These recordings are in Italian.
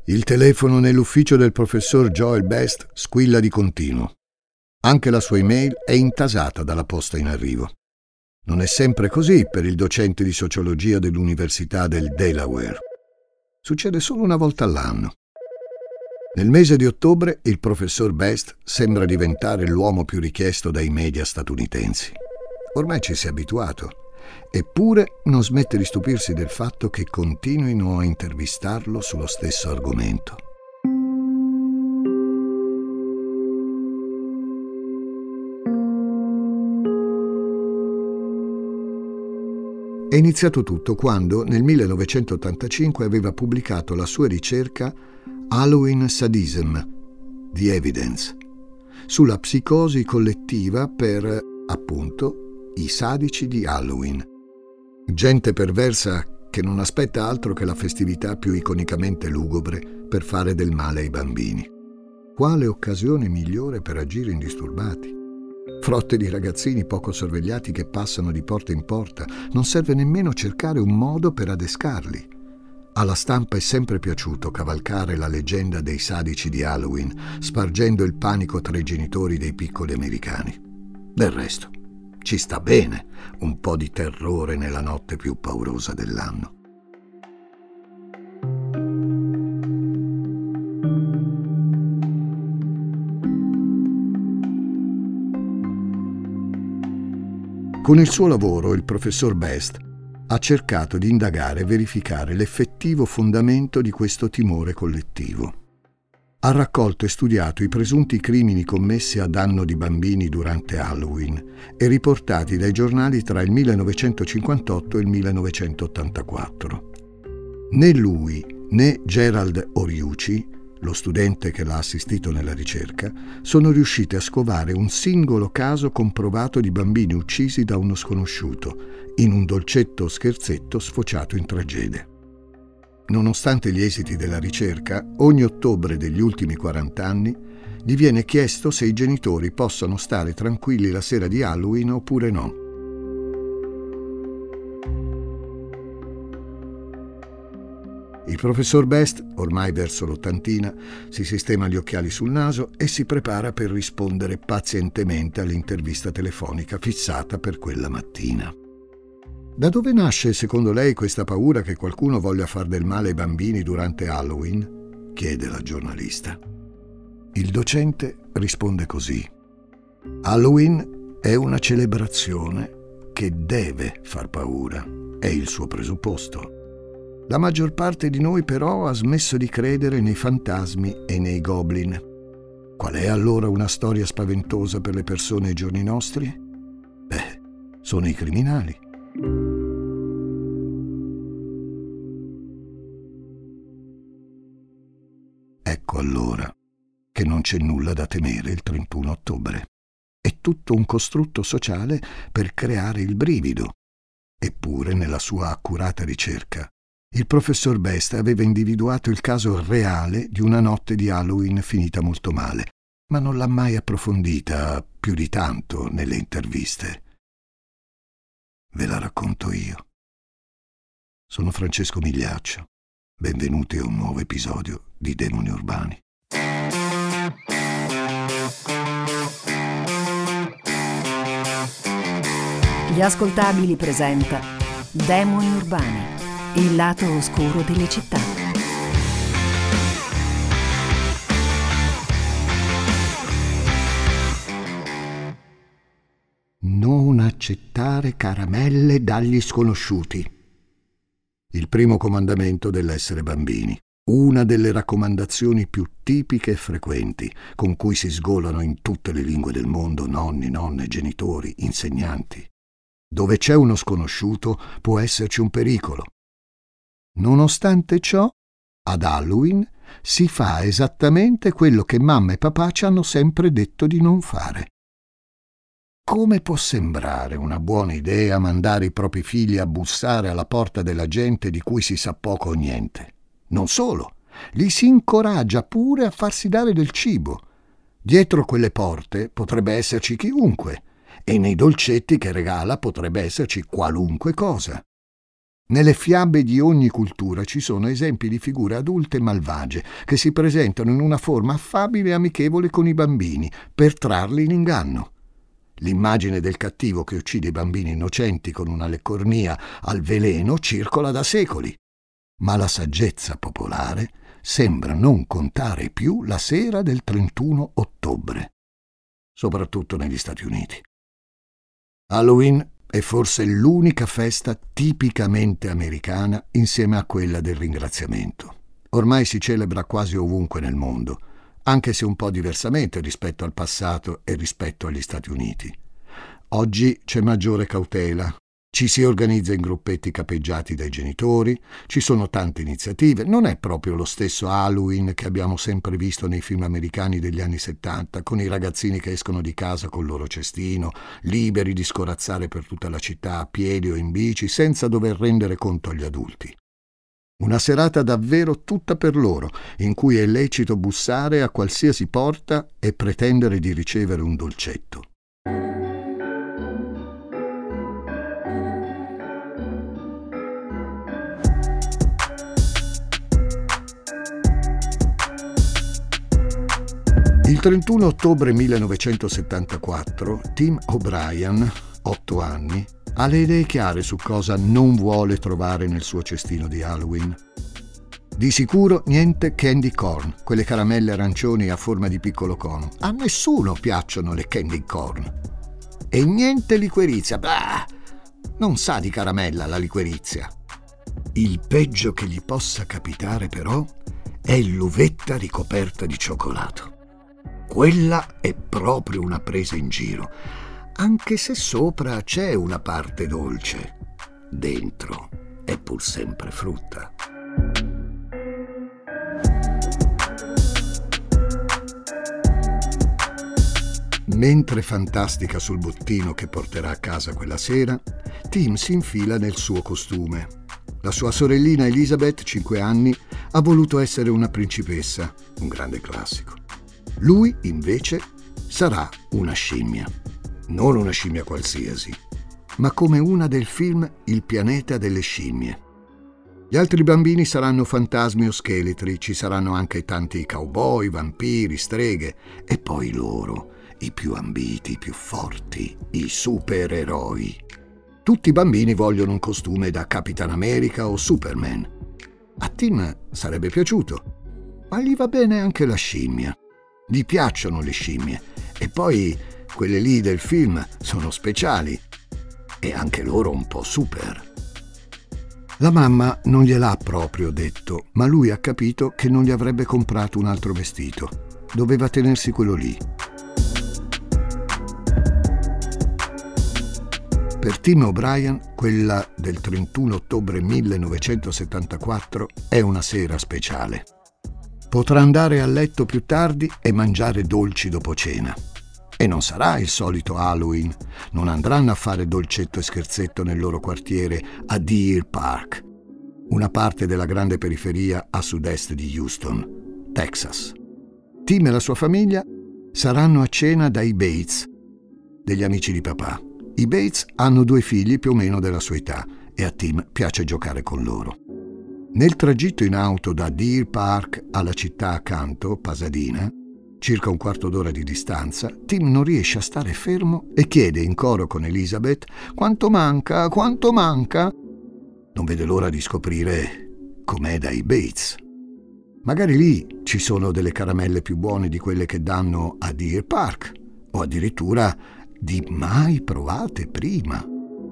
Il telefono nell'ufficio del professor Joel Best squilla di continuo. Anche la sua email è intasata dalla posta in arrivo. Non è sempre così per il docente di sociologia dell'Università del Delaware. Succede solo una volta all'anno. Nel mese di ottobre il professor Best sembra diventare l'uomo più richiesto dai media statunitensi. Ormai ci si è abituato, eppure non smette di stupirsi del fatto che continuino a intervistarlo sullo stesso argomento. È iniziato tutto quando, nel 1985, aveva pubblicato la sua ricerca Halloween Sadism, The Evidence, sulla psicosi collettiva per, appunto, i sadici di Halloween. Gente perversa che non aspetta altro che la festività più iconicamente lugubre per fare del male ai bambini. Quale occasione migliore per agire indisturbati? Frotte di ragazzini poco sorvegliati che passano di porta in porta. Non serve nemmeno cercare un modo per adescarli. Alla stampa è sempre piaciuto cavalcare la leggenda dei sadici di Halloween, spargendo il panico tra i genitori dei piccoli americani. Del resto, ci sta bene un po' di terrore nella notte più paurosa dell'anno. Con il suo lavoro, il professor Best ha cercato di indagare e verificare l'effettivo fondamento di questo timore collettivo. Ha raccolto e studiato i presunti crimini commessi a danno di bambini durante Halloween e riportati dai giornali tra il 1958 e il 1984. Né lui né Gerald Oriuchi, lo studente che l'ha assistito nella ricerca, sono riusciti a scovare un singolo caso comprovato di bambini uccisi da uno sconosciuto, in un dolcetto scherzetto sfociato in tragedia. Nonostante gli esiti della ricerca, ogni ottobre degli ultimi 40 anni gli viene chiesto se i genitori possano stare tranquilli la sera di Halloween oppure no. Il professor Best, ormai verso l'ottantina, si sistema gli occhiali sul naso e si prepara per rispondere pazientemente all'intervista telefonica fissata per quella mattina. Da dove nasce, secondo lei, questa paura che qualcuno voglia far del male ai bambini durante Halloween? Chiede la giornalista. Il docente risponde così: Halloween è una celebrazione che deve far paura, è il suo presupposto. La maggior parte di noi però ha smesso di credere nei fantasmi e nei goblin. Qual è allora una storia spaventosa per le persone ai giorni nostri? Beh, sono i criminali. Ecco allora che non c'è nulla da temere il 31 ottobre. È tutto un costrutto sociale per creare il brivido. Eppure, nella sua accurata ricerca, il professor Best aveva individuato il caso reale di una notte di Halloween finita molto male, ma non l'ha mai approfondita più di tanto nelle interviste. Ve la racconto io. Sono Francesco Migliaccio. Benvenuti a un nuovo episodio di Demoni Urbani. Gli Ascoltabili presenta Demoni Urbani, il lato oscuro delle città. Non accettare caramelle dagli sconosciuti. Il primo comandamento dell'essere bambini. Una delle raccomandazioni più tipiche e frequenti, con cui si sgolano in tutte le lingue del mondo nonni, nonne, genitori, insegnanti. Dove c'è uno sconosciuto può esserci un pericolo. Nonostante ciò, ad Halloween si fa esattamente quello che mamma e papà ci hanno sempre detto di non fare. Come può sembrare una buona idea mandare i propri figli a bussare alla porta della gente di cui si sa poco o niente? Non solo, li si incoraggia pure a farsi dare del cibo. Dietro quelle porte potrebbe esserci chiunque e nei dolcetti che regala potrebbe esserci qualunque cosa. Nelle fiabe di ogni cultura ci sono esempi di figure adulte malvagie che si presentano in una forma affabile e amichevole con i bambini per trarli in inganno. L'immagine del cattivo che uccide i bambini innocenti con una leccornia al veleno circola da secoli, ma la saggezza popolare sembra non contare più la sera del 31 ottobre, soprattutto negli Stati Uniti. Halloween è forse l'unica festa tipicamente americana insieme a quella del ringraziamento. Ormai si celebra quasi ovunque nel mondo, anche se un po' diversamente rispetto al passato e rispetto agli Stati Uniti. Oggi c'è maggiore cautela, ci si organizza in gruppetti capeggiati dai genitori, ci sono tante iniziative, non è proprio lo stesso Halloween che abbiamo sempre visto nei film americani degli anni 70, con i ragazzini che escono di casa col loro cestino, liberi di scorazzare per tutta la città a piedi o in bici, senza dover rendere conto agli adulti. Una serata davvero tutta per loro, in cui è lecito bussare a qualsiasi porta e pretendere di ricevere un dolcetto. Il 31 ottobre 1974 Tim O'Brien, 8 anni, ha le idee chiare su cosa non vuole trovare nel suo cestino di Halloween. Di sicuro niente candy corn, quelle caramelle arancioni a forma di piccolo cono. A nessuno piacciono le candy corn. E niente liquirizia. Bah! Non sa di caramella la liquirizia. Il peggio che gli possa capitare però è l'uvetta ricoperta di cioccolato. Quella è proprio una presa in giro, anche se sopra c'è una parte dolce. Dentro è pur sempre frutta. Mentre fantastica sul bottino che porterà a casa quella sera, Tim si infila nel suo costume. La sua sorellina Elizabeth, 5 anni, ha voluto essere una principessa, un grande classico. Lui, invece, sarà una scimmia. Non una scimmia qualsiasi, ma come una del film Il pianeta delle scimmie. Gli altri bambini saranno fantasmi o scheletri, ci saranno anche tanti cowboy, vampiri, streghe, e poi loro, i più ambiti, i più forti, i supereroi. Tutti i bambini vogliono un costume da Capitan America o Superman. A Tim sarebbe piaciuto, ma gli va bene anche la scimmia. Gli piacciono le scimmie, e poi quelle lì del film sono speciali e anche loro un po' super. La mamma non gliel'ha proprio detto, ma lui ha capito che non gli avrebbe comprato un altro vestito. Doveva tenersi quello lì. Per Tim O'Brien, quella del 31 ottobre 1974 è una sera speciale. Potrà andare a letto più tardi e mangiare dolci dopo cena. E non sarà il solito Halloween. Non andranno a fare dolcetto e scherzetto nel loro quartiere a Deer Park, una parte della grande periferia a sud-est di Houston, Texas. Tim e la sua famiglia saranno a cena dai Bates, degli amici di papà. I Bates hanno 2 figli più o meno della sua età e a Tim piace giocare con loro. Nel tragitto in auto da Deer Park alla città accanto, Pasadena, circa un quarto d'ora di distanza, Tim non riesce a stare fermo e chiede in coro con Elizabeth: «Quanto manca? Quanto manca?» Non vede l'ora di scoprire com'è dai Bates. Magari lì ci sono delle caramelle più buone di quelle che danno a Deer Park, o addirittura di mai provate prima.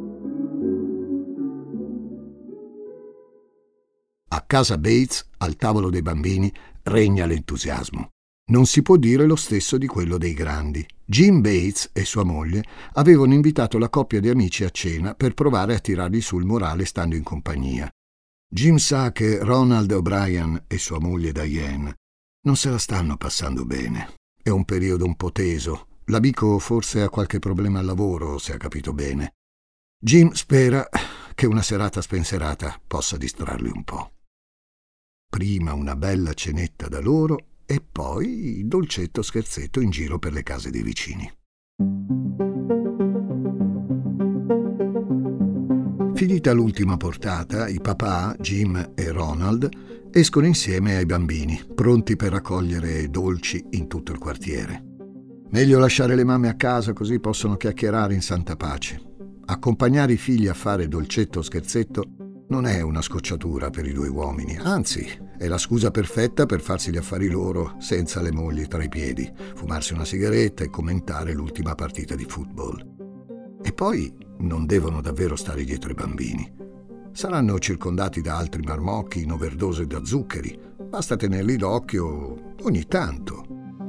A casa Bates, al tavolo dei bambini, regna l'entusiasmo. Non si può dire lo stesso di quello dei grandi. Jim Bates e sua moglie avevano invitato la coppia di amici a cena per provare a tirargli su il morale stando in compagnia. Jim sa che Ronald O'Brien e sua moglie Diane non se la stanno passando bene. È un periodo un po' teso. L'amico forse ha qualche problema al lavoro, se ha capito bene. Jim spera che una serata spensierata possa distrarli un po'. Prima una bella cenetta da loro e poi dolcetto scherzetto in giro per le case dei vicini. Finita l'ultima portata, i papà, Jim e Ronald, escono insieme ai bambini, pronti per raccogliere dolci in tutto il quartiere. Meglio lasciare le mamme a casa, così possono chiacchierare in santa pace. Accompagnare i figli a fare dolcetto o scherzetto non è una scocciatura per i due uomini, anzi, è la scusa perfetta per farsi gli affari loro senza le mogli tra i piedi, fumarsi una sigaretta e commentare l'ultima partita di football. E poi non devono davvero stare dietro i bambini. Saranno circondati da altri marmocchi in overdose da zuccheri, basta tenerli d'occhio ogni tanto.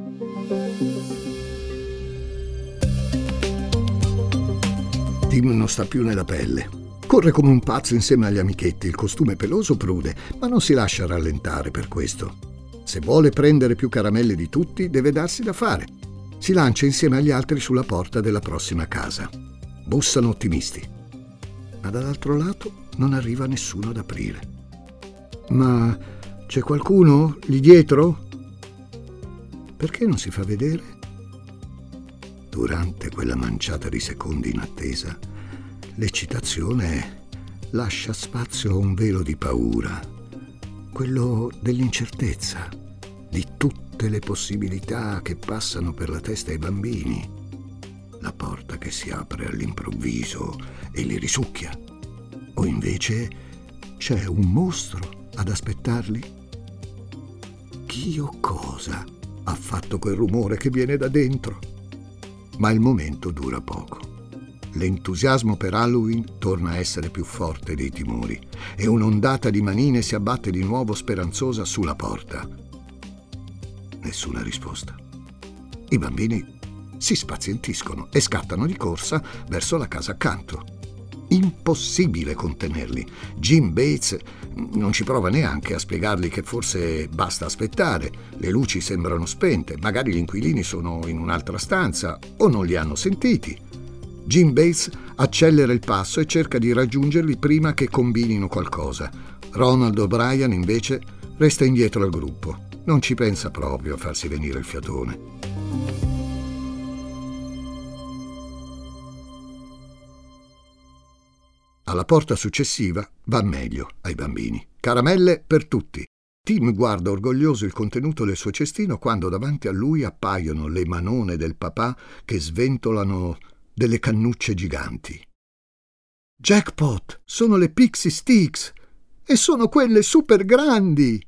Tim non sta più nella pelle. Corre come un pazzo insieme agli amichetti, il costume peloso prude, ma non si lascia rallentare per questo. Se vuole prendere più caramelle di tutti, deve darsi da fare. Si lancia insieme agli altri sulla porta della prossima casa. Bussano ottimisti. Ma dall'altro lato non arriva nessuno ad aprire. Ma c'è qualcuno lì dietro? Perché non si fa vedere? Durante quella manciata di secondi in attesa, l'eccitazione lascia spazio a un velo di paura, quello dell'incertezza, di tutte le possibilità che passano per la testa ai bambini. La porta che si apre all'improvviso e li risucchia. O invece c'è un mostro ad aspettarli? Chi o cosa ha fatto quel rumore che viene da dentro? Ma il momento dura poco. L'entusiasmo per Halloween torna a essere più forte dei timori e un'ondata di manine si abbatte di nuovo speranzosa sulla porta. Nessuna risposta. I bambini si spazientiscono e scattano di corsa verso la casa accanto. Impossibile contenerli. Jim Bates non ci prova neanche a spiegargli che forse basta aspettare. Le luci sembrano spente, magari gli inquilini sono in un'altra stanza o non li hanno sentiti. Jim Bates accelera il passo e cerca di raggiungerli prima che combinino qualcosa. Ronald O'Brien, invece, resta indietro al gruppo. Non ci pensa proprio a farsi venire il fiatone. Alla porta successiva va meglio ai bambini. Caramelle per tutti. Tim guarda orgoglioso il contenuto del suo cestino quando davanti a lui appaiono le manone del papà che sventolano delle cannucce giganti. Jackpot! Sono le Pixie Sticks! E sono quelle super grandi!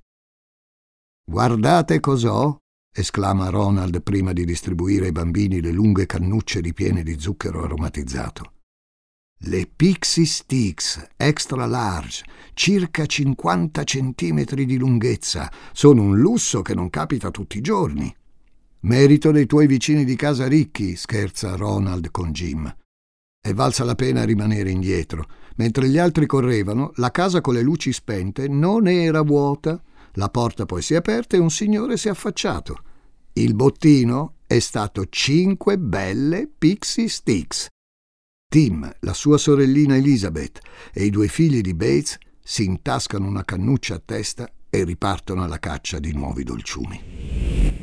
Guardate cos'ho! Esclama Ronald prima di distribuire ai bambini le lunghe cannucce ripiene di zucchero aromatizzato. Le Pixie Sticks extra large, circa 50 centimetri di lunghezza, sono un lusso che non capita tutti i giorni. Merito dei tuoi vicini di casa ricchi, scherza Ronald con Jim. È valsa la pena rimanere indietro. Mentre gli altri correvano, la casa con le luci spente non era vuota. La porta poi si è aperta e un signore si è affacciato. Il bottino è stato 5 belle Pixie Sticks. Tim, la sua sorellina Elizabeth e i 2 figli di Bates si intascano una cannuccia a testa e ripartono alla caccia di nuovi dolciumi.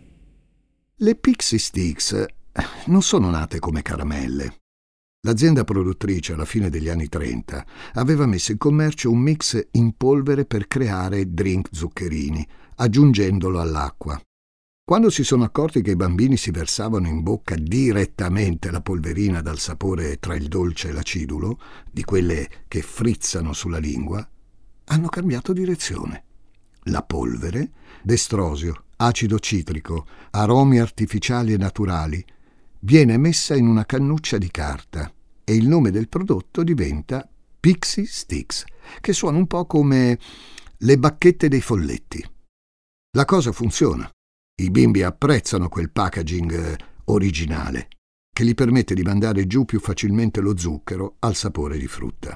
Le Pixie Sticks non sono nate come caramelle. L'azienda produttrice alla fine degli anni 30 aveva messo in commercio un mix in polvere per creare drink zuccherini, aggiungendolo all'acqua. Quando si sono accorti che i bambini si versavano in bocca direttamente la polverina dal sapore tra il dolce e l'acidulo, di quelle che frizzano sulla lingua, hanno cambiato direzione. La polvere, destrosio, acido citrico, aromi artificiali e naturali, viene messa in una cannuccia di carta e il nome del prodotto diventa Pixie Sticks, che suona un po' come le bacchette dei folletti. La cosa funziona. I bimbi apprezzano quel packaging originale, che gli permette di mandare giù più facilmente lo zucchero al sapore di frutta.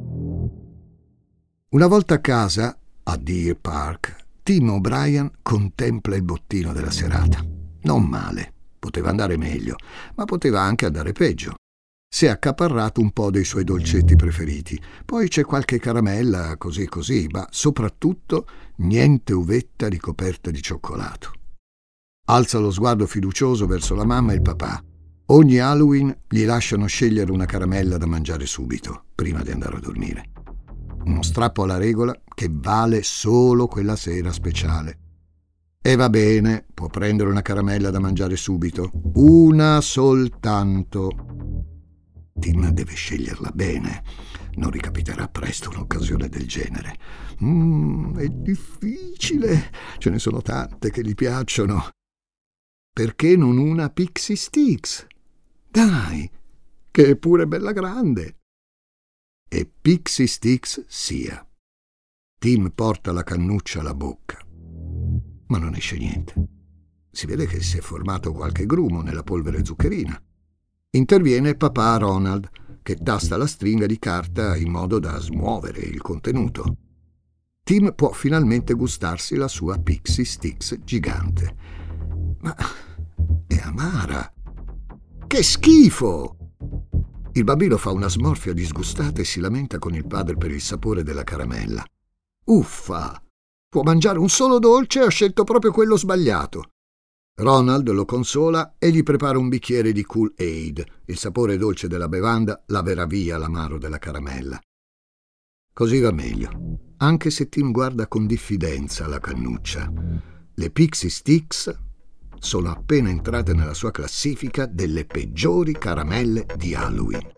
Una volta a casa, a Deer Park, Tim O'Brien contempla il bottino della serata. Non male, poteva andare meglio, ma poteva anche andare peggio. Si è accaparrato un po' dei suoi dolcetti preferiti, poi c'è qualche caramella così, ma soprattutto niente uvetta ricoperta di cioccolato. Alza lo sguardo fiducioso verso la mamma e il papà. Ogni Halloween gli lasciano scegliere una caramella da mangiare subito, prima di andare a dormire. Uno strappo alla regola che vale solo quella sera speciale. E va bene, può prendere una caramella da mangiare subito, una soltanto. Tim deve sceglierla bene, non ricapiterà presto un'occasione del genere. È difficile, ce ne sono tante che gli piacciono. Perché non una Pixie Sticks? Dai, che è pure bella grande. E Pixie Sticks sia. Tim porta la cannuccia alla bocca, ma non esce niente. Si vede che si è formato qualche grumo nella polvere zuccherina. Interviene papà Ronald, che tasta la stringa di carta in modo da smuovere il contenuto. Tim può finalmente gustarsi la sua Pixie Sticks gigante. Ma è amara! Che schifo! Il bambino fa una smorfia disgustata e si lamenta con il padre per il sapore della caramella. Uffa! Può mangiare un solo dolce e ha scelto proprio quello sbagliato. Ronald lo consola e gli prepara un bicchiere di Kool-Aid. Il sapore dolce della bevanda laverà via l'amaro della caramella. Così va meglio, anche se Tim guarda con diffidenza la cannuccia. Le Pixie Sticks sono appena entrate nella sua classifica delle peggiori caramelle di Halloween.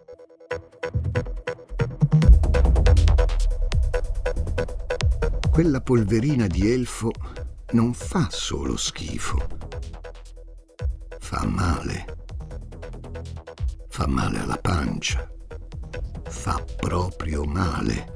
Quella polverina di elfo non fa solo schifo. Fa male. Fa male alla pancia. Fa proprio male.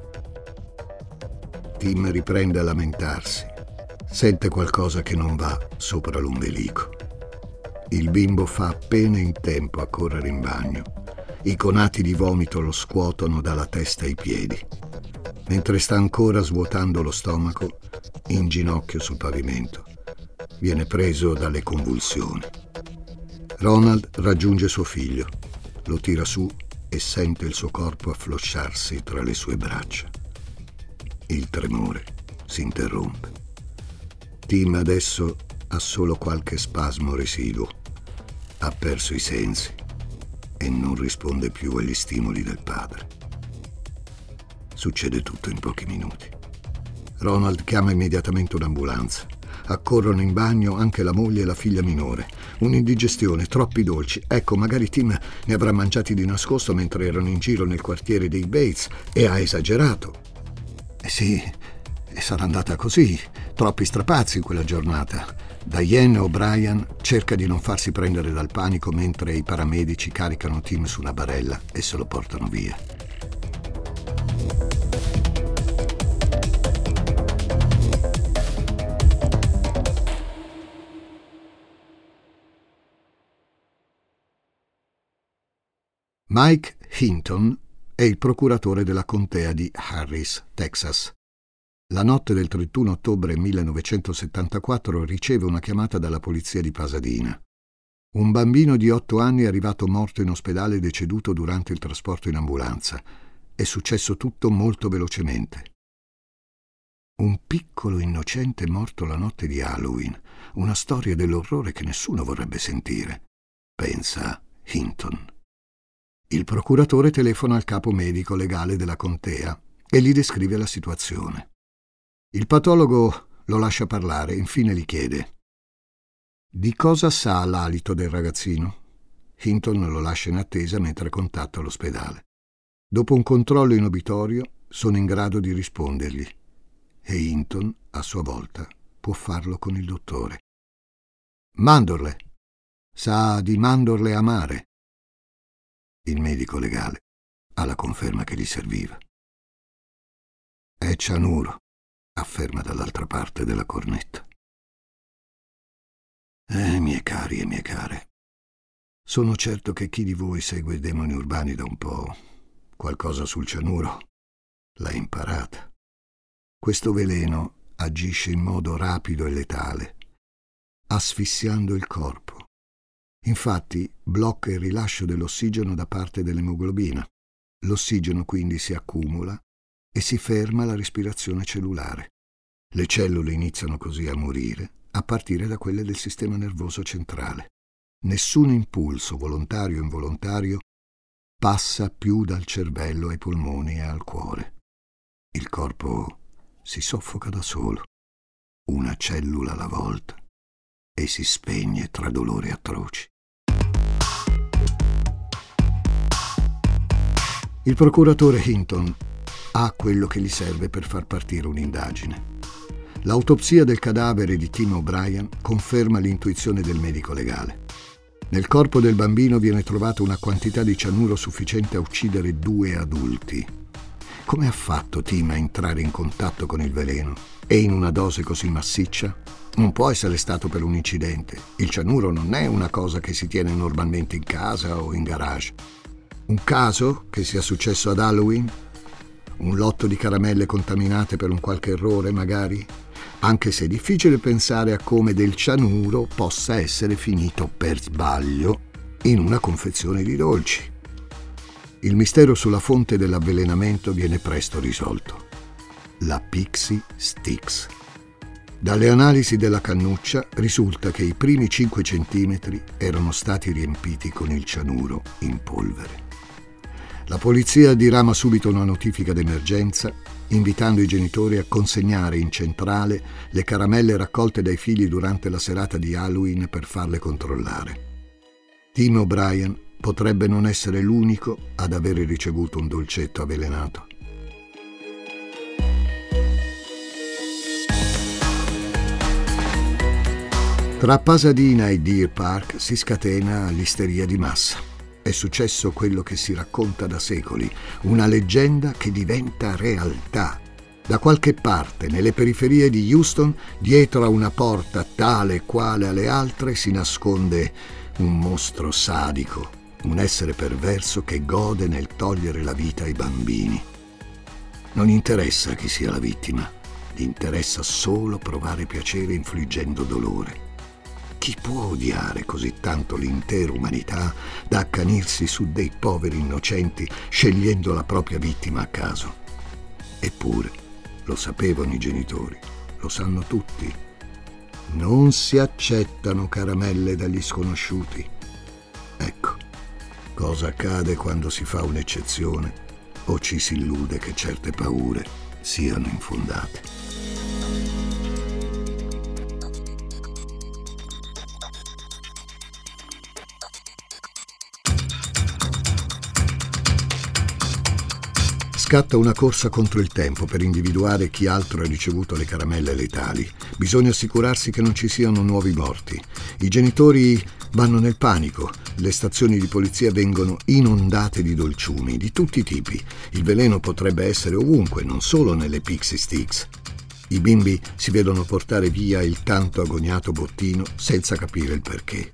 Tim riprende a lamentarsi. Sente qualcosa che non va sopra l'ombelico. Il bimbo fa appena in tempo a correre in bagno. I conati di vomito lo scuotono dalla testa ai piedi. Mentre sta ancora svuotando lo stomaco, in ginocchio sul pavimento, viene preso dalle convulsioni. Ronald raggiunge suo figlio, lo tira su e sente il suo corpo afflosciarsi tra le sue braccia. Il tremore si interrompe. Tim adesso ha solo qualche spasmo residuo, ha perso i sensi e non risponde più agli stimoli del padre. Succede tutto in pochi minuti. Ronald chiama immediatamente un'ambulanza. Accorrono in bagno anche la moglie e la figlia minore. Un'indigestione, troppi dolci. Ecco, magari Tim ne avrà mangiati di nascosto mentre erano in giro nel quartiere dei Bates e ha esagerato. Sì, e sarà andata così. Troppi strapazzi quella giornata. Diane O'Brien cerca di non farsi prendere dal panico mentre i paramedici caricano Tim su una barella e se lo portano via. Mike Hinton è il procuratore della contea di Harris, Texas. La notte del 31 ottobre 1974 riceve una chiamata dalla polizia di Pasadena. Un bambino di 8 anni è arrivato morto in ospedale deceduto durante il trasporto in ambulanza. È successo tutto molto velocemente. Un piccolo innocente morto la notte di Halloween, una storia dell'orrore che nessuno vorrebbe sentire, pensa Hinton. Il procuratore telefona al capo medico legale della contea e gli descrive la situazione. Il patologo lo lascia parlare e infine gli chiede: di cosa sa l'alito del ragazzino? Hinton lo lascia in attesa mentre contatta l'ospedale. Dopo un controllo in obitorio sono in grado di rispondergli e Hinton, a sua volta, può farlo con il dottore. Mandorle. Sa di mandorle amare. Il medico legale ha la conferma che gli serviva. È cianuro, afferma dall'altra parte della cornetta. Miei cari e mie care, sono certo che chi di voi segue i demoni urbani da un po' qualcosa sul cianuro l'ha imparata. Questo veleno agisce in modo rapido e letale, asfissiando il corpo. Infatti blocca il rilascio dell'ossigeno da parte dell'emoglobina. L'ossigeno quindi si accumula e si ferma la respirazione cellulare. Le cellule iniziano così a morire, a partire da quelle del sistema nervoso centrale. nessun impulso, volontario o involontario, passa più dal cervello ai polmoni e al cuore. Il corpo si soffoca da solo, una cellula alla volta, e si spegne tra dolori atroci. Il procuratore Hinton ha quello che gli serve per far partire un'indagine. L'autopsia del cadavere di Tim O'Brien conferma l'intuizione del medico legale. Nel corpo del bambino viene trovata una quantità di cianuro sufficiente a uccidere 2 adulti. Come ha fatto Tim a entrare in contatto con il veleno? E in una dose così massiccia? Non può essere stato per un incidente. Il cianuro non è una cosa che si tiene normalmente in casa o in garage. Un caso che sia successo ad Halloween? Un lotto di caramelle contaminate per un qualche errore, magari? Anche se è difficile pensare a come del cianuro possa essere finito per sbaglio in una confezione di dolci. Il mistero sulla fonte dell'avvelenamento viene presto risolto. La Pixie Sticks. Dalle analisi della cannuccia risulta che i primi 5 centimetri erano stati riempiti con il cianuro in polvere. La polizia dirama subito una notifica d'emergenza, invitando i genitori a consegnare in centrale le caramelle raccolte dai figli durante la serata di Halloween per farle controllare. Tim O'Brien potrebbe non essere l'unico ad avere ricevuto un dolcetto avvelenato. Tra Pasadena e Deer Park si scatena l'isteria di massa. È successo quello che si racconta da secoli, una leggenda che diventa realtà. Da qualche parte, nelle periferie di Houston, dietro a una porta tale e quale alle altre, si nasconde un mostro sadico, un essere perverso che gode nel togliere la vita ai bambini. Non interessa chi sia la vittima, gli interessa solo provare piacere infliggendo dolore. Chi può odiare così tanto l'intera umanità da accanirsi su dei poveri innocenti scegliendo la propria vittima a caso? Eppure, lo sapevano i genitori, lo sanno tutti. Non si accettano caramelle dagli sconosciuti. Ecco, cosa accade quando si fa un'eccezione o ci si illude che certe paure siano infondate. Scatta una corsa contro il tempo per individuare chi altro ha ricevuto le caramelle letali. Bisogna assicurarsi che non ci siano nuovi morti. I genitori vanno nel panico. Le stazioni di polizia vengono inondate di dolciumi, di tutti i tipi. Il veleno potrebbe essere ovunque, non solo nelle Pixie Sticks. I bimbi si vedono portare via il tanto agognato bottino senza capire il perché.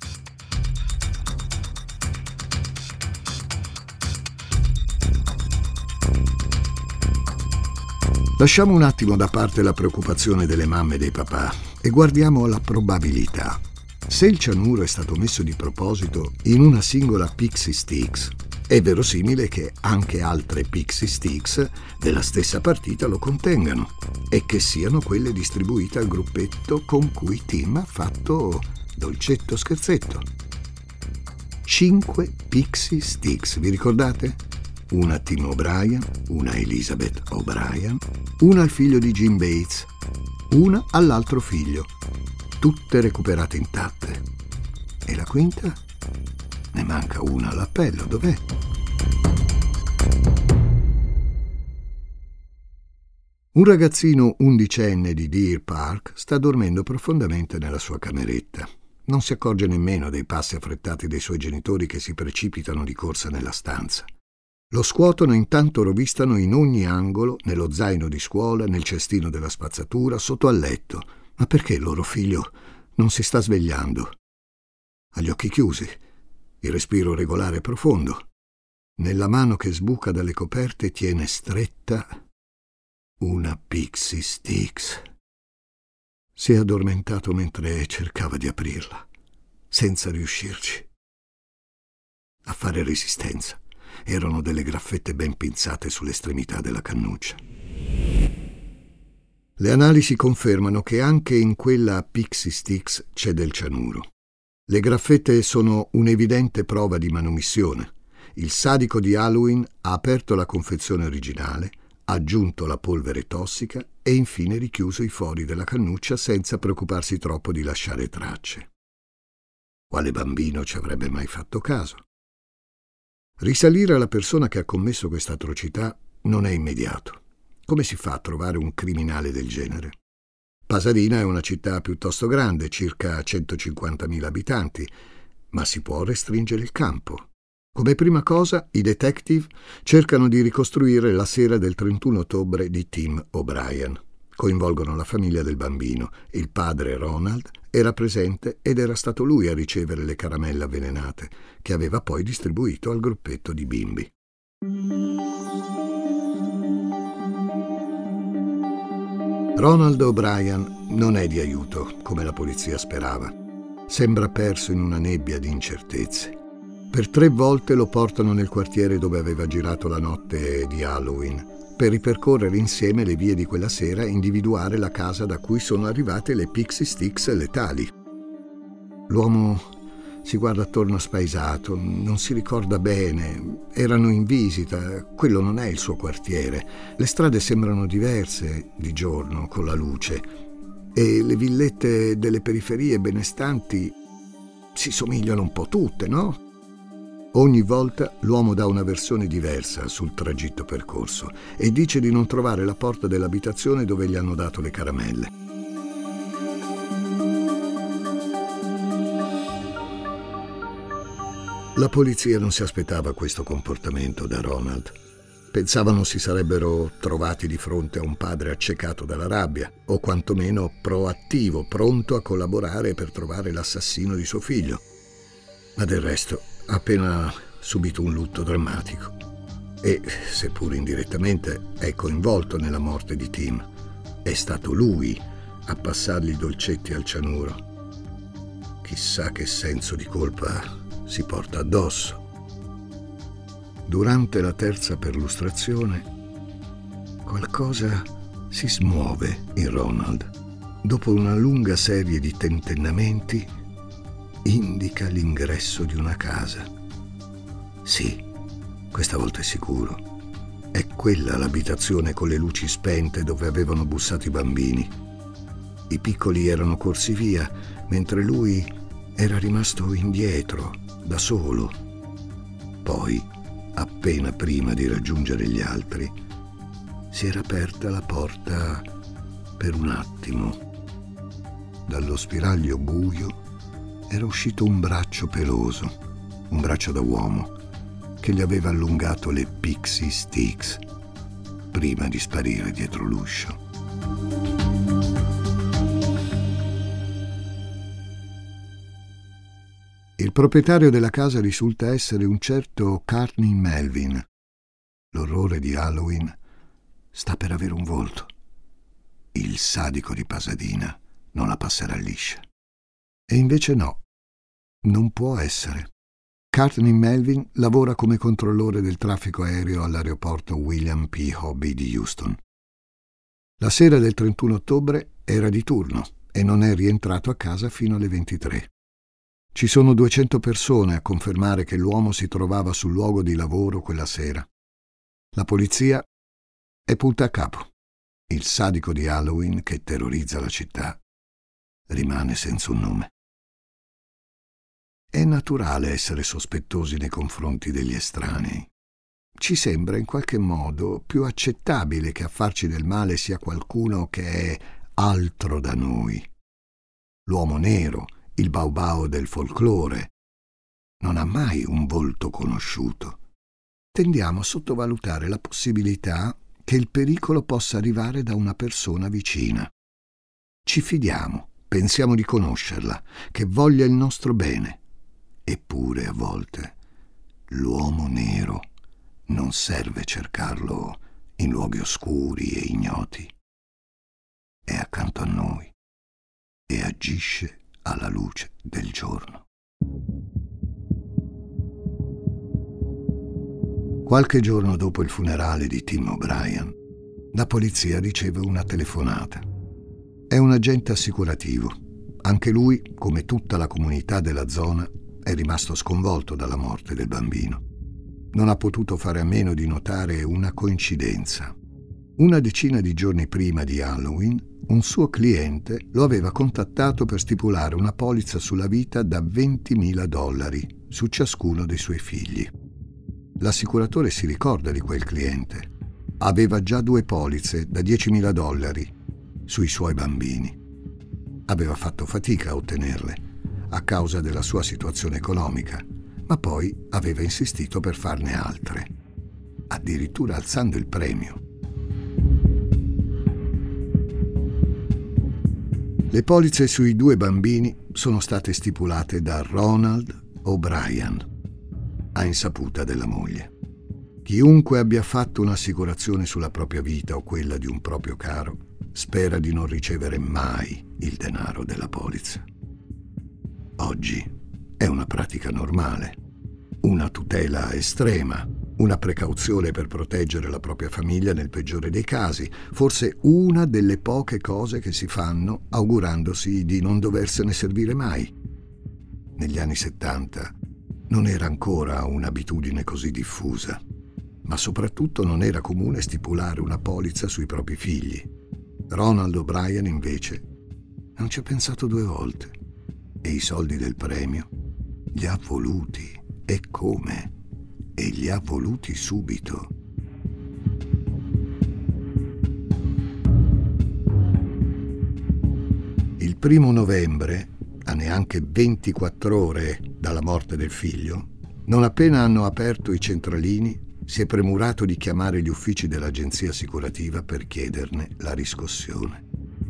Lasciamo un attimo da parte la preoccupazione delle mamme e dei papà e guardiamo alla probabilità. Se il cianuro è stato messo di proposito in una singola Pixie Sticks, è verosimile che anche altre Pixie Sticks della stessa partita lo contengano e che siano quelle distribuite al gruppetto con cui Tim ha fatto dolcetto scherzetto. 5 Pixie Sticks, vi ricordate? Una a Tim O'Brien, una a Elizabeth O'Brien, una al figlio di Jim Bates, una all'altro figlio, tutte recuperate intatte. E la quinta? Ne manca una all'appello, dov'è? Un ragazzino undicenne di Deer Park sta dormendo profondamente nella sua cameretta. Non si accorge nemmeno dei passi affrettati dei suoi genitori che si precipitano di corsa nella stanza. Lo scuotono, intanto rovistano in ogni angolo, nello zaino di scuola, nel cestino della spazzatura, sotto al letto. Ma perché il loro figlio non si sta svegliando? Ha gli occhi chiusi, il respiro regolare e profondo. Nella mano che sbuca dalle coperte tiene stretta una Pixie Sticks. Si è addormentato mentre cercava di aprirla, senza riuscirci. A fare resistenza erano delle graffette ben pinzate sull'estremità della cannuccia. Le analisi confermano che anche in quella Pixie Sticks c'è del cianuro. Le graffette sono un'evidente prova di manomissione. Il sadico di Halloween ha aperto la confezione originale, ha aggiunto la polvere tossica e infine richiuso i fori della cannuccia senza preoccuparsi troppo di lasciare tracce. Quale bambino ci avrebbe mai fatto caso? Risalire alla persona che ha commesso questa atrocità non è immediato. Come si fa a trovare un criminale del genere? Pasadena è una città piuttosto grande, circa 150.000 abitanti, ma si può restringere il campo. Come prima cosa, i detective cercano di ricostruire la sera del 31 ottobre di Tim O'Brien. Coinvolgono la famiglia del bambino. Il padre Ronald era presente ed era stato lui a ricevere le caramelle avvelenate, che aveva poi distribuito al gruppetto di bimbi. Ronald O'Brien non è di aiuto, come la polizia sperava. Sembra perso in una nebbia di incertezze. Per 3 volte lo portano nel quartiere dove aveva girato la notte di Halloween, per ripercorrere insieme le vie di quella sera e individuare la casa da cui sono arrivate le Pixie Sticks letali. L'uomo si guarda attorno spaesato, non si ricorda bene, erano in visita, quello non è il suo quartiere. Le strade sembrano diverse di giorno con la luce e le villette delle periferie benestanti si somigliano un po' tutte, no? Ogni volta l'uomo dà una versione diversa sul tragitto percorso e dice di non trovare la porta dell'abitazione dove gli hanno dato le caramelle. La polizia non si aspettava questo comportamento da Ronald. Pensavano si sarebbero trovati di fronte a un padre accecato dalla rabbia, o quantomeno proattivo, pronto a collaborare per trovare l'assassino di suo figlio. Ma del resto ha appena subito un lutto drammatico e, seppur indirettamente, è coinvolto nella morte di Tim. È stato lui a passargli i dolcetti al cianuro. Chissà che senso di colpa si porta addosso. Durante la terza perlustrazione qualcosa si smuove in Ronald. Dopo una lunga serie di tentennamenti indica l'ingresso di una casa. Sì, questa volta è sicuro. È quella l'abitazione con le luci spente dove avevano bussato i bambini. I piccoli erano corsi via, mentre lui era rimasto indietro, da solo. Poi, appena prima di raggiungere gli altri, si era aperta la porta per un attimo. Dallo spiraglio buio era uscito un braccio peloso, un braccio da uomo, che gli aveva allungato le Pixie Sticks prima di sparire dietro l'uscio. Il proprietario della casa risulta essere un certo Courtney Melvin. L'orrore di Halloween sta per avere un volto. Il sadico di Pasadena non la passerà liscia. E invece no, non può essere. Courtney Melvin lavora come controllore del traffico aereo all'aeroporto William P. Hobby di Houston. La sera del 31 ottobre era di turno e non è rientrato a casa fino alle 23. Ci sono 200 persone a confermare che l'uomo si trovava sul luogo di lavoro quella sera. La polizia è punta a capo. Il sadico di Halloween che terrorizza la città rimane senza un nome. È naturale essere sospettosi nei confronti degli estranei. Ci sembra in qualche modo più accettabile che a farci del male sia qualcuno che è altro da noi. L'uomo nero, il baobao del folklore, non ha mai un volto conosciuto. Tendiamo a sottovalutare la possibilità che il pericolo possa arrivare da una persona vicina. Ci fidiamo, pensiamo di conoscerla, che voglia il nostro bene. Eppure a volte l'uomo nero non serve cercarlo in luoghi oscuri e ignoti. È accanto a noi e agisce alla luce del giorno. Qualche giorno dopo il funerale di Tim O'Brien, la polizia riceve una telefonata. È un agente assicurativo. Anche lui, come tutta la comunità della zona, è rimasto sconvolto dalla morte del bambino. Non ha potuto fare a meno di notare una coincidenza. Una decina di giorni prima di Halloween, un suo cliente lo aveva contattato per stipulare una polizza sulla vita da $20.000 su ciascuno dei suoi figli. L'assicuratore si ricorda di quel cliente. Aveva già 2 polizze da $10.000 sui suoi bambini. Aveva fatto fatica a ottenerle a causa della sua situazione economica, ma poi aveva insistito per farne altre, addirittura alzando il premio. Le polizze sui 2 bambini sono state stipulate da Ronald O'Brien, a insaputa della moglie. Chiunque abbia fatto un'assicurazione sulla propria vita o quella di un proprio caro spera di non ricevere mai il denaro della polizza. Oggi è una pratica normale, una tutela estrema, una precauzione per proteggere la propria famiglia nel peggiore dei casi, forse una delle poche cose che si fanno augurandosi di non doversene servire mai. Negli anni 70 non era ancora un'abitudine così diffusa, ma soprattutto non era comune stipulare una polizza sui propri figli. Ronald O'Brien, invece, non ci ha pensato 2 volte e i soldi del premio li ha voluti, e come? E li ha voluti subito. Il 1 novembre, a neanche 24 ore dalla morte del figlio, non appena hanno aperto i centralini, si è premurato di chiamare gli uffici dell'agenzia assicurativa per chiederne la riscossione.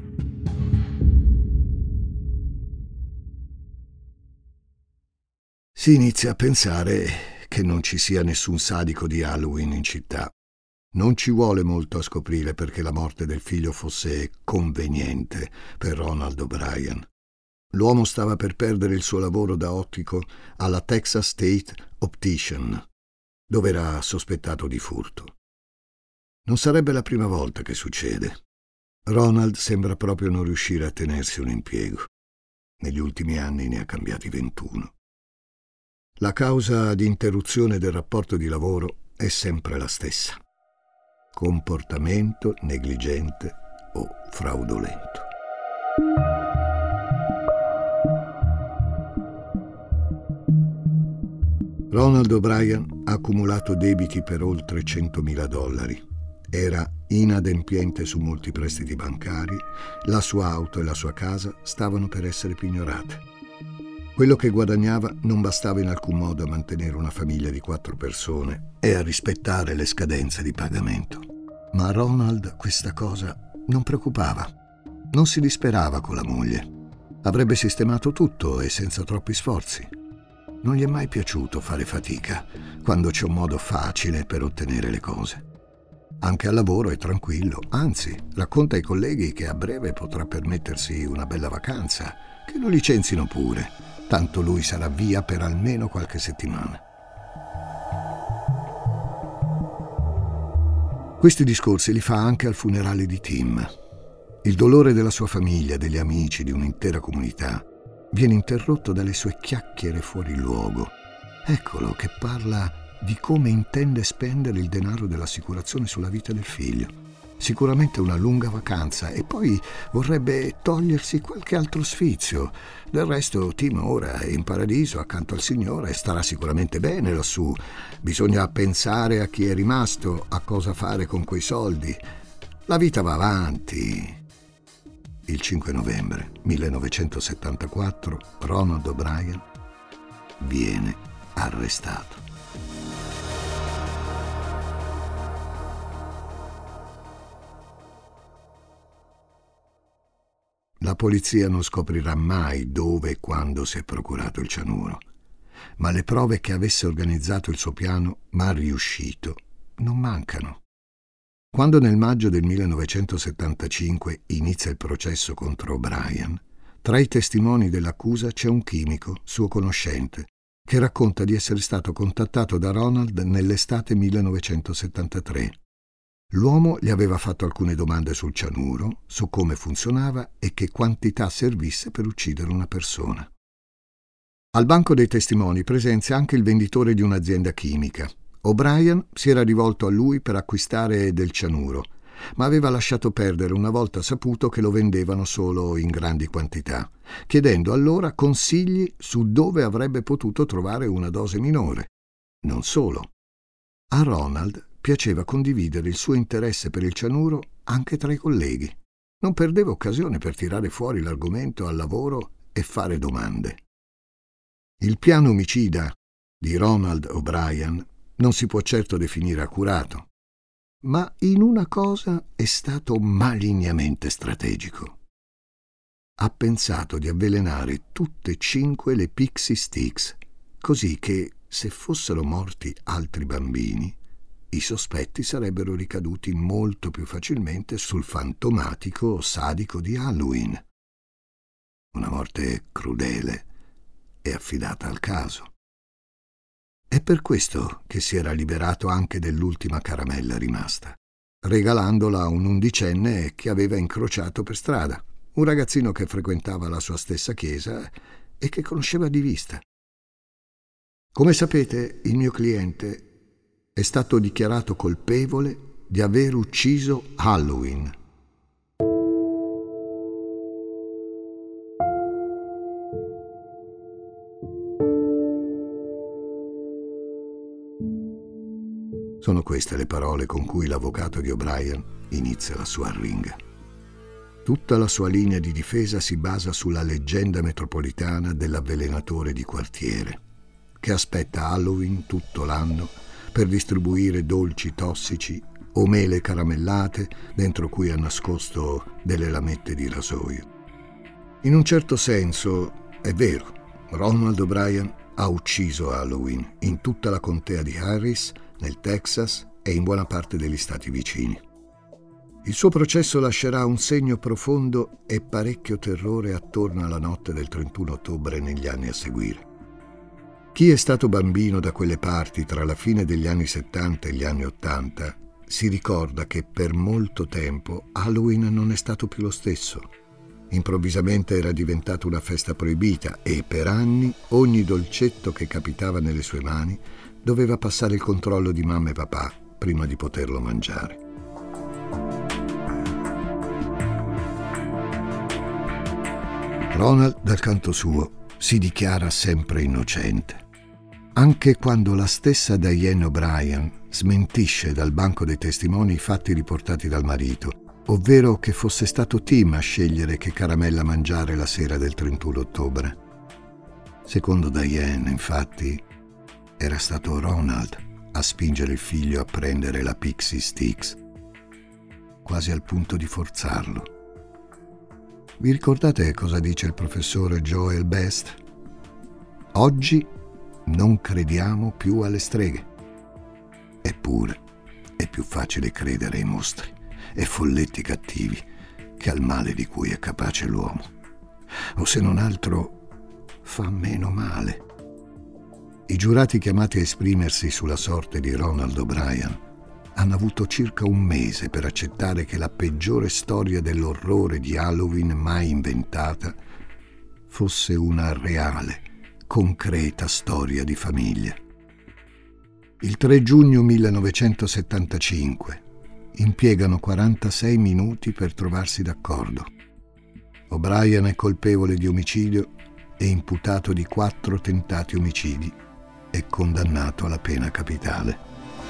Si inizia a pensare che non ci sia nessun sadico di Halloween in città. Non ci vuole molto a scoprire perché la morte del figlio fosse conveniente per Ronald O'Brien. L'uomo stava per perdere il suo lavoro da ottico alla Texas State Optician, dove era sospettato di furto. Non sarebbe la prima volta che succede. Ronald sembra proprio non riuscire a tenersi un impiego. Negli ultimi anni ne ha cambiati 21. La causa di interruzione del rapporto di lavoro è sempre la stessa: comportamento negligente o fraudolento. Ronald O'Brien ha accumulato debiti per oltre $100.000. Era inadempiente su molti prestiti bancari, la sua auto e la sua casa stavano per essere pignorate. Quello che guadagnava non bastava in alcun modo a mantenere una famiglia di 4 persone e a rispettare le scadenze di pagamento. Ma a Ronald questa cosa non preoccupava. Non si disperava con la moglie. Avrebbe sistemato tutto e senza troppi sforzi. Non gli è mai piaciuto fare fatica quando c'è un modo facile per ottenere le cose. Anche al lavoro è tranquillo, anzi, racconta ai colleghi che a breve potrà permettersi una bella vacanza, che lo licenzino pure. Tanto lui sarà via per almeno qualche settimana. Questi discorsi li fa anche al funerale di Tim. Il dolore della sua famiglia, degli amici, di un'intera comunità viene interrotto dalle sue chiacchiere fuori luogo. Eccolo che parla di come intende spendere il denaro dell'assicurazione sulla vita del figlio. Sicuramente una lunga vacanza e poi vorrebbe togliersi qualche altro sfizio. Del resto Tim ora è in paradiso accanto al Signore e starà sicuramente bene lassù. Bisogna pensare a chi è rimasto, a cosa fare con quei soldi. La vita va avanti. Il 5 novembre 1974 Ronald O'Brien viene arrestato. La polizia non scoprirà mai dove e quando si è procurato il cianuro, ma le prove che avesse organizzato il suo piano mal riuscito non mancano. Quando nel maggio del 1975 inizia il processo contro O'Brien, tra i testimoni dell'accusa c'è un chimico, suo conoscente, che racconta di essere stato contattato da Ronald nell'estate 1973. L'uomo gli aveva fatto alcune domande sul cianuro, su come funzionava e che quantità servisse per uccidere una persona. Al banco dei testimoni presenzia anche il venditore di un'azienda chimica. O'Brien si era rivolto a lui per acquistare del cianuro, ma aveva lasciato perdere una volta saputo che lo vendevano solo in grandi quantità, chiedendo allora consigli su dove avrebbe potuto trovare una dose minore. Non solo. A Ronald piaceva condividere il suo interesse per il cianuro anche tra i colleghi. Non perdeva occasione per tirare fuori l'argomento al lavoro e fare domande. Il piano omicida di Ronald O'Brien non si può certo definire accurato, ma in una cosa è stato malignamente strategico. Ha pensato di avvelenare tutte e 5 le Pixie Sticks, così che, se fossero morti altri bambini, i sospetti sarebbero ricaduti molto più facilmente sul fantomatico sadico di Halloween. Una morte crudele e affidata al caso. È per questo che si era liberato anche dell'ultima caramella rimasta, regalandola a un undicenne che aveva incrociato per strada, un ragazzino che frequentava la sua stessa chiesa e che conosceva di vista. Come sapete, il mio cliente è stato dichiarato colpevole di aver ucciso Halloween. Sono queste le parole con cui l'avvocato di O'Brien inizia la sua arringa. Tutta la sua linea di difesa si basa sulla leggenda metropolitana dell'avvelenatore di quartiere, che aspetta Halloween tutto l'anno per distribuire dolci tossici o mele caramellate dentro cui ha nascosto delle lamette di rasoio. In un certo senso, è vero, Ronald O'Brien ha ucciso Halloween in tutta la contea di Harris, nel Texas e in buona parte degli stati vicini. Il suo processo lascerà un segno profondo e parecchio terrore attorno alla notte del 31 ottobre negli anni a seguire. Chi è stato bambino da quelle parti tra la fine degli anni 70 e gli anni 80 si ricorda che per molto tempo Halloween non è stato più lo stesso. Improvvisamente era diventata una festa proibita e per anni ogni dolcetto che capitava nelle sue mani doveva passare il controllo di mamma e papà prima di poterlo mangiare. Ronald, dal canto suo, si dichiara sempre innocente, anche quando la stessa Diane O'Brien smentisce dal banco dei testimoni i fatti riportati dal marito, ovvero che fosse stato Tim a scegliere che caramella mangiare la sera del 31 ottobre. Secondo Diane, infatti, era stato Ronald a spingere il figlio a prendere la Pixie Sticks, quasi al punto di forzarlo. Vi ricordate cosa dice il professore Joel Best? Oggi non crediamo più alle streghe. Eppure è più facile credere ai mostri e folletti cattivi che al male di cui è capace l'uomo. O se non altro, fa meno male. I giurati chiamati a esprimersi sulla sorte di Ronald O'Brien hanno avuto circa un mese per accettare che la peggiore storia dell'orrore di Halloween mai inventata fosse una reale, concreta storia di famiglia. Il 3 giugno 1975 impiegano 46 minuti per trovarsi d'accordo. O'Brien è colpevole di omicidio e imputato di 4 tentati omicidi e condannato alla pena capitale.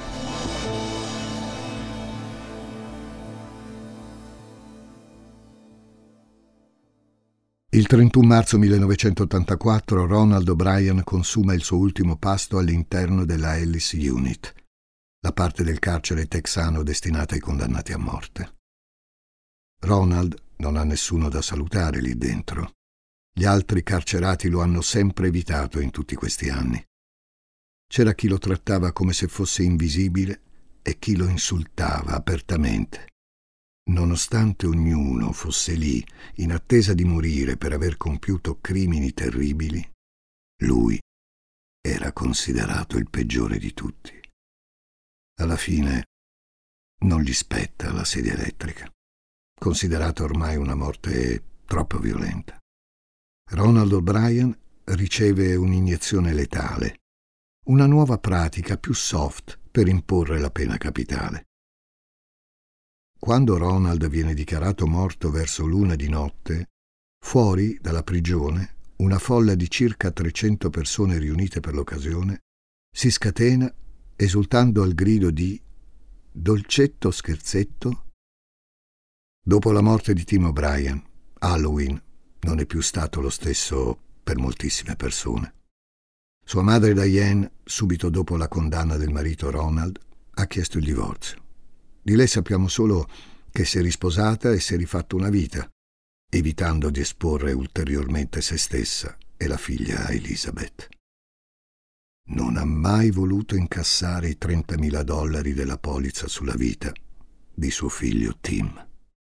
Il 31 marzo 1984 Ronald O'Brien consuma il suo ultimo pasto all'interno della Ellis Unit, la parte del carcere texano destinata ai condannati a morte. Ronald non ha nessuno da salutare lì dentro. Gli altri carcerati lo hanno sempre evitato in tutti questi anni. C'era chi lo trattava come se fosse invisibile e chi lo insultava apertamente. Nonostante ognuno fosse lì in attesa di morire per aver compiuto crimini terribili, lui era considerato il peggiore di tutti. Alla fine Non gli spetta la sedia elettrica, considerata ormai una morte troppo violenta. Ronald O'Brien riceve un'iniezione letale, una nuova pratica più soft per imporre la pena capitale. Quando Ronald viene dichiarato morto verso l'1 di notte, fuori dalla prigione, una folla di circa 300 persone riunite per l'occasione si scatena esultando al grido di «Dolcetto scherzetto?» Dopo la morte di Tim O'Brien, Halloween non è più stato lo stesso per moltissime persone. Sua madre Diane, subito dopo la condanna del marito Ronald, ha chiesto il divorzio. Di lei sappiamo solo che si è risposata e si è rifatto una vita, evitando di esporre ulteriormente se stessa e la figlia Elizabeth. Non ha mai voluto incassare i $30.000 della polizza sulla vita di suo figlio Tim.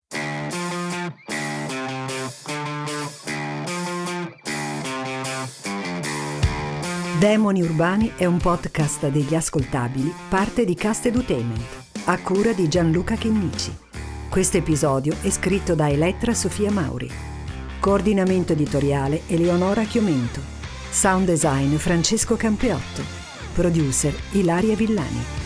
Demoni Urbani è un podcast degli Ascoltabili, parte di Cast Edutainment, a cura di Gianluca Chinnici. Questo episodio è scritto da Elettra Sofia Mauri. Coordinamento editoriale Eleonora Chiomento. Sound design Francesco Campeotto. Producer Ilaria Villani.